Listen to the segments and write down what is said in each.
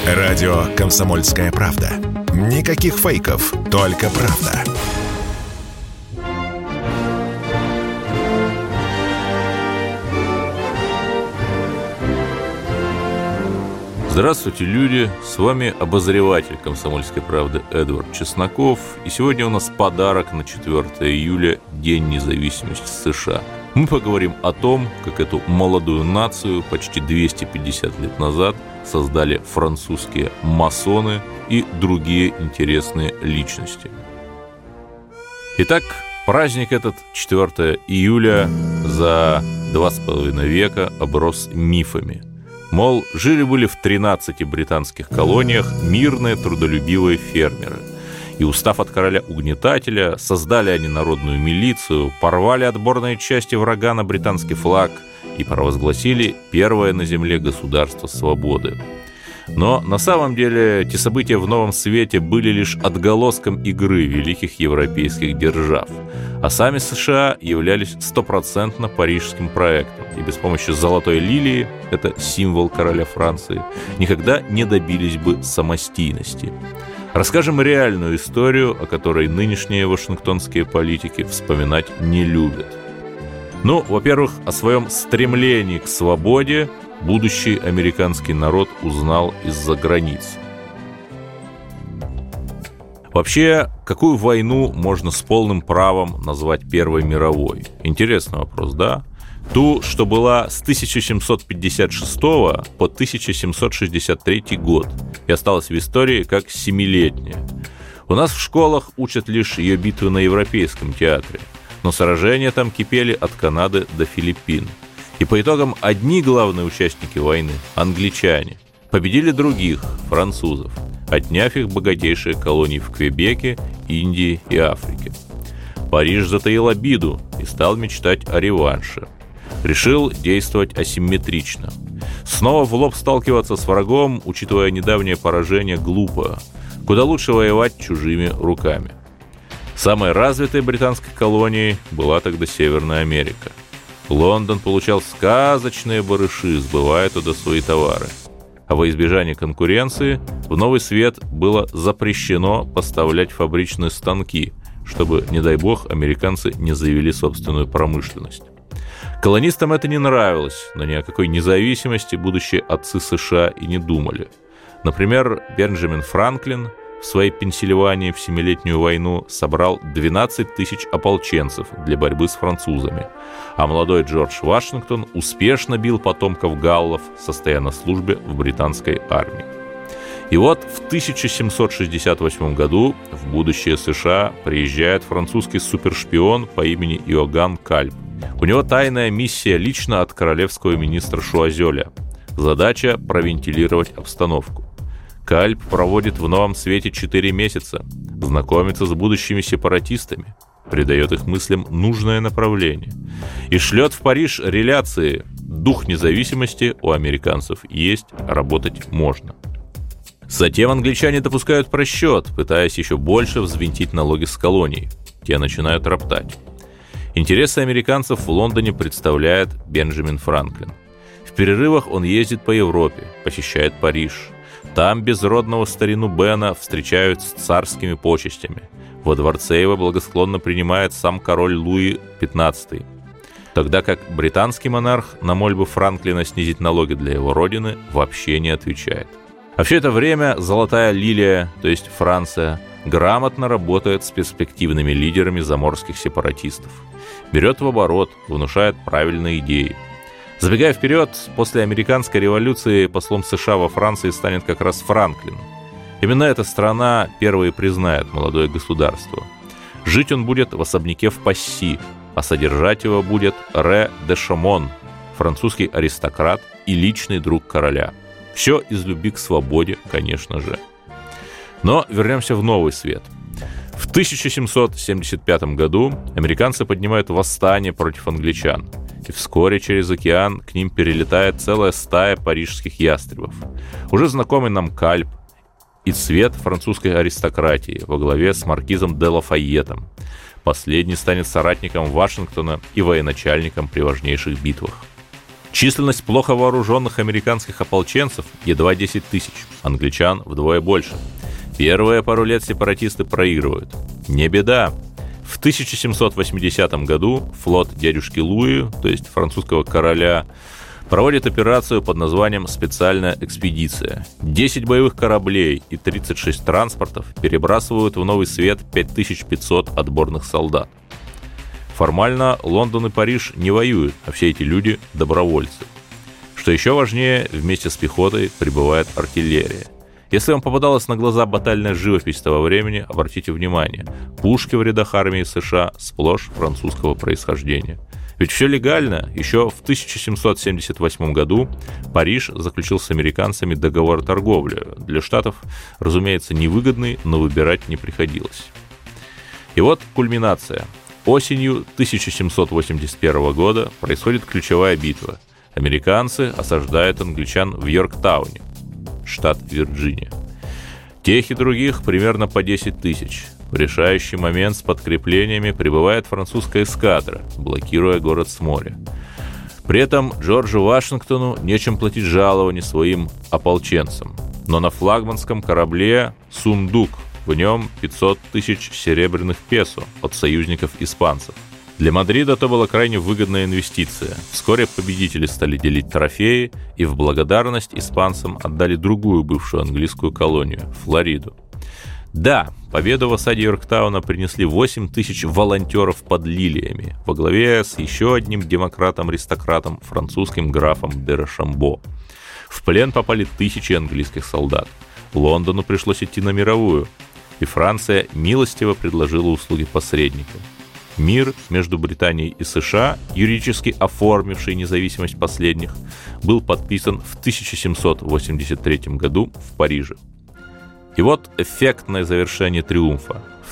Радио «Комсомольская правда». Никаких фейков, только правда. Здравствуйте, люди! С вами обозреватель «Комсомольской правды» Эдвард Чесноков. И сегодня у нас подарок на 4 июля, День независимости США. Мы поговорим о том, как эту молодую нацию почти 250 лет назад создали французские масоны и другие интересные личности. Итак, праздник этот 4 июля за 2,5 века оброс мифами. Мол, жили-были в 13 британских колониях мирные трудолюбивые фермеры. И, устав от короля-угнетателя, создали они народную милицию, порвали отборные части врага на британский флаг и провозгласили первое на земле государство свободы. Но на самом деле эти события в новом свете были лишь отголоском игры великих европейских держав, а сами США являлись стопроцентно парижским проектом, и без помощи золотой лилии, это символ короля Франции, никогда не добились бы самостийности. Расскажем реальную историю, о которой нынешние вашингтонские политики вспоминать не любят. Ну, во-первых, о своем стремлении к свободе будущий американский народ узнал из-за границ. Вообще, какую войну можно с полным правом назвать Первой мировой? Интересный вопрос, да? Ту, что была с 1756 по 1763 год и осталась в истории как семилетняя. У нас в школах учат лишь ее битвы на Европейском театре, но сражения там кипели от Канады до Филиппин. И по итогам одни главные участники войны, англичане, победили других, французов, отняв их богатейшие колонии в Квебеке, Индии и Африке. Париж затаил обиду и стал мечтать о реванше. Решил действовать асимметрично. Снова в лоб сталкиваться с врагом, учитывая недавнее поражение, глупо. Куда лучше воевать чужими руками. Самой развитой британской колонией была тогда Северная Америка. Лондон получал сказочные барыши, сбывая туда свои товары. А во избежание конкуренции в Новый Свет было запрещено поставлять фабричные станки, чтобы, не дай бог, американцы не завели собственную промышленность. Колонистам это не нравилось, но ни о какой независимости будущие отцы США и не думали. Например, Бенджамин Франклин в своей Пенсильвании в Семилетнюю войну собрал 12 тысяч ополченцев для борьбы с французами, а молодой Джордж Вашингтон успешно бил потомков галлов, состоя на службе в британской армии. И вот в 1768 году в будущее США приезжает французский супершпион по имени Иоганн Кальп. У него тайная миссия лично от королевского министра Шуазеля. Задача – провентилировать обстановку. Кальп проводит в Новом Свете 4 месяца, знакомится с будущими сепаратистами, придает их мыслям нужное направление и шлет в Париж реляции: дух независимости у американцев есть, работать можно. Затем англичане допускают просчет, пытаясь еще больше взвинтить налоги с колоний. Те начинают роптать. Интересы американцев в Лондоне представляет Бенджамин Франклин. В перерывах он ездит по Европе, посещает Париж. Там безродного старину Бена встречают с царскими почестями. Во дворце его благосклонно принимает сам король Луи XV. Тогда как британский монарх на мольбы Франклина снизить налоги для его родины вообще не отвечает. А все это время золотая лилия, то есть Франция, грамотно работает с перспективными лидерами заморских сепаратистов. Берет в оборот, внушает правильные идеи. Забегая вперед, после американской революции послом США во Франции станет как раз Франклин. Именно эта страна первой признает молодое государство. Жить он будет в особняке в Пасси, а содержать его будет Ре де Шамон, французский аристократ и личный друг короля. Все из любви к свободе, конечно же. Но вернемся в Новый Свет. В 1775 году американцы поднимают восстание против англичан. И вскоре через океан к ним перелетает целая стая парижских ястребов. Уже знакомый нам Кальп и цвет французской аристократии во главе с маркизом де Лафайетом. Последний станет соратником Вашингтона и военачальником при важнейших битвах. Численность плохо вооруженных американских ополченцев едва 10 тысяч, англичан вдвое больше. Первые пару лет сепаратисты проигрывают. Не беда. В 1780 году флот дядюшки Луи, то есть французского короля, проводит операцию под названием «Специальная экспедиция». 10 боевых кораблей и 36 транспортов перебрасывают в Новый Свет 5500 отборных солдат. Формально Лондон и Париж не воюют, а все эти люди – добровольцы. Что еще важнее, вместе с пехотой прибывает артиллерия. Если вам попадалась на глаза батальная живопись того времени, обратите внимание, пушки в рядах армии США сплошь французского происхождения. Ведь все легально. Еще в 1778 году Париж заключил с американцами договор о торговле. Для Штатов, разумеется, невыгодный, но выбирать не приходилось. И вот кульминация. Осенью 1781 года происходит ключевая битва. Американцы осаждают англичан в Йорктауне, штат Вирджиния. Тех и других примерно по 10 тысяч. В решающий момент с подкреплениями прибывает французская эскадра, блокируя город с моря. При этом Джорджу Вашингтону нечем платить жалования своим ополченцам. Но на флагманском корабле «Сундук», в нем 500 тысяч серебряных песо от союзников испанцев. Для Мадрида это была крайне выгодная инвестиция. Вскоре победители стали делить трофеи и в благодарность испанцам отдали другую бывшую английскую колонию – Флориду. Да, победу в осаде Йорктауна принесли 8 тысяч волонтеров под лилиями во главе с еще одним демократом-аристократом, французским графом де Рошамбо. В плен попали тысячи английских солдат. Лондону пришлось идти на мировую, и Франция милостиво предложила услуги посредника. Мир между Британией и США, юридически оформивший независимость последних, был подписан в 1783 году в Париже. И вот эффектное завершение триумфа. В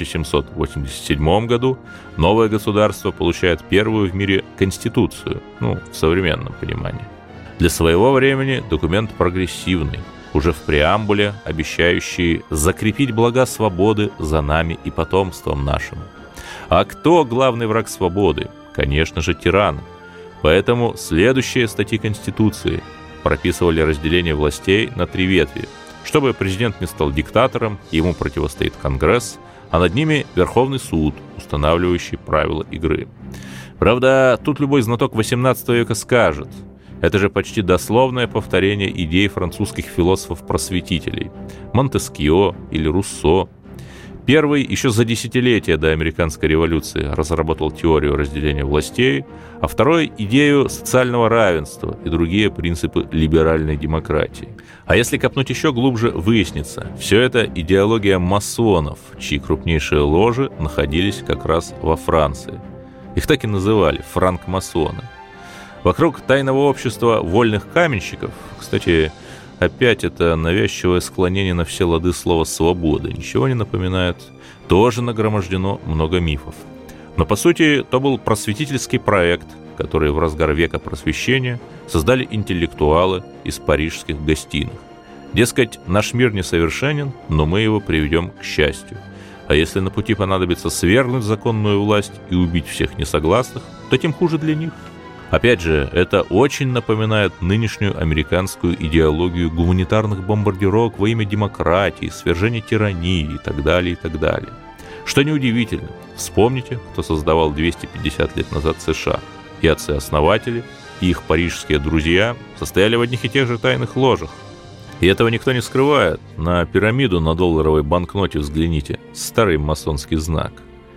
1787 году новое государство получает первую в мире конституцию, в современном понимании. Для своего времени документ прогрессивный, уже в преамбуле обещающий закрепить блага свободы за нами и потомством нашим. А кто главный враг свободы? Конечно же, тиран. Поэтому следующие статьи Конституции прописывали разделение властей на 3 ветви, чтобы президент не стал диктатором, ему противостоит Конгресс, а над ними Верховный суд, устанавливающий правила игры. Правда, тут любой знаток XVIII века скажет, это же почти дословное повторение идей французских философов-просветителей Монтескьё или Руссо. Первый еще за десятилетия до американской революции разработал теорию разделения властей, а второй – идею социального равенства и другие принципы либеральной демократии. А если копнуть еще глубже, выяснится, все это идеология масонов, чьи крупнейшие ложи находились как раз во Франции. Их так и называли – франкмасоны. Вокруг тайного общества вольных каменщиков, кстати, опять это навязчивое склонение на все лады слова «свобода», ничего не напоминает, тоже нагромождено много мифов. Но по сути, то был просветительский проект, который в разгар века просвещения создали интеллектуалы из парижских гостиных. Дескать, наш мир несовершенен, но мы его приведем к счастью. А если на пути понадобится свергнуть законную власть и убить всех несогласных, то тем хуже для них. Опять же, это очень напоминает нынешнюю американскую идеологию гуманитарных бомбардировок во имя демократии, свержения тирании и так далее, и так далее. Что неудивительно, вспомните, кто создавал 250 лет назад США. И отцы-основатели, и их парижские друзья состояли в одних и тех же тайных ложах. И этого никто не скрывает. На пирамиду на долларовой банкноте взгляните, старый масонский знак.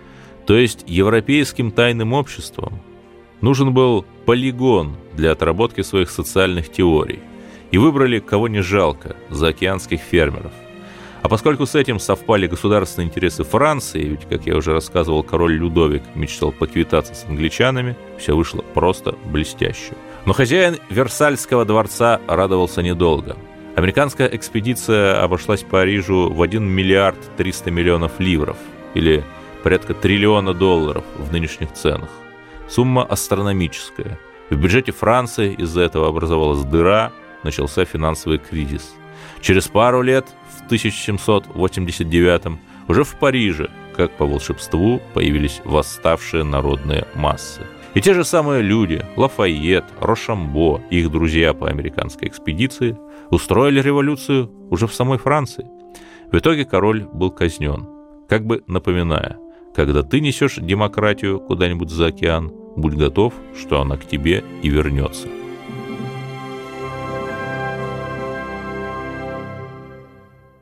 То есть европейским тайным обществам нужен был полигон для отработки своих социальных теорий. И выбрали, кого не жалко, заокеанских фермеров. А поскольку с этим совпали государственные интересы Франции, ведь, как я уже рассказывал, король Людовик мечтал поквитаться с англичанами, все вышло просто блестяще. Но хозяин Версальского дворца радовался недолго. Американская экспедиция обошлась Парижу в 1 миллиард 300 миллионов ливров, или порядка $1 триллиона в нынешних ценах. Сумма астрономическая. В бюджете Франции из-за этого образовалась дыра, начался финансовый кризис. Через пару лет, в 1789-м, уже в Париже, как по волшебству, появились восставшие народные массы. И те же самые люди, Лафайет, Рошамбо и их друзья по американской экспедиции, устроили революцию уже в самой Франции. В итоге король был казнен, как бы напоминая: когда ты несешь демократию куда-нибудь за океан, будь готов, что она к тебе и вернется.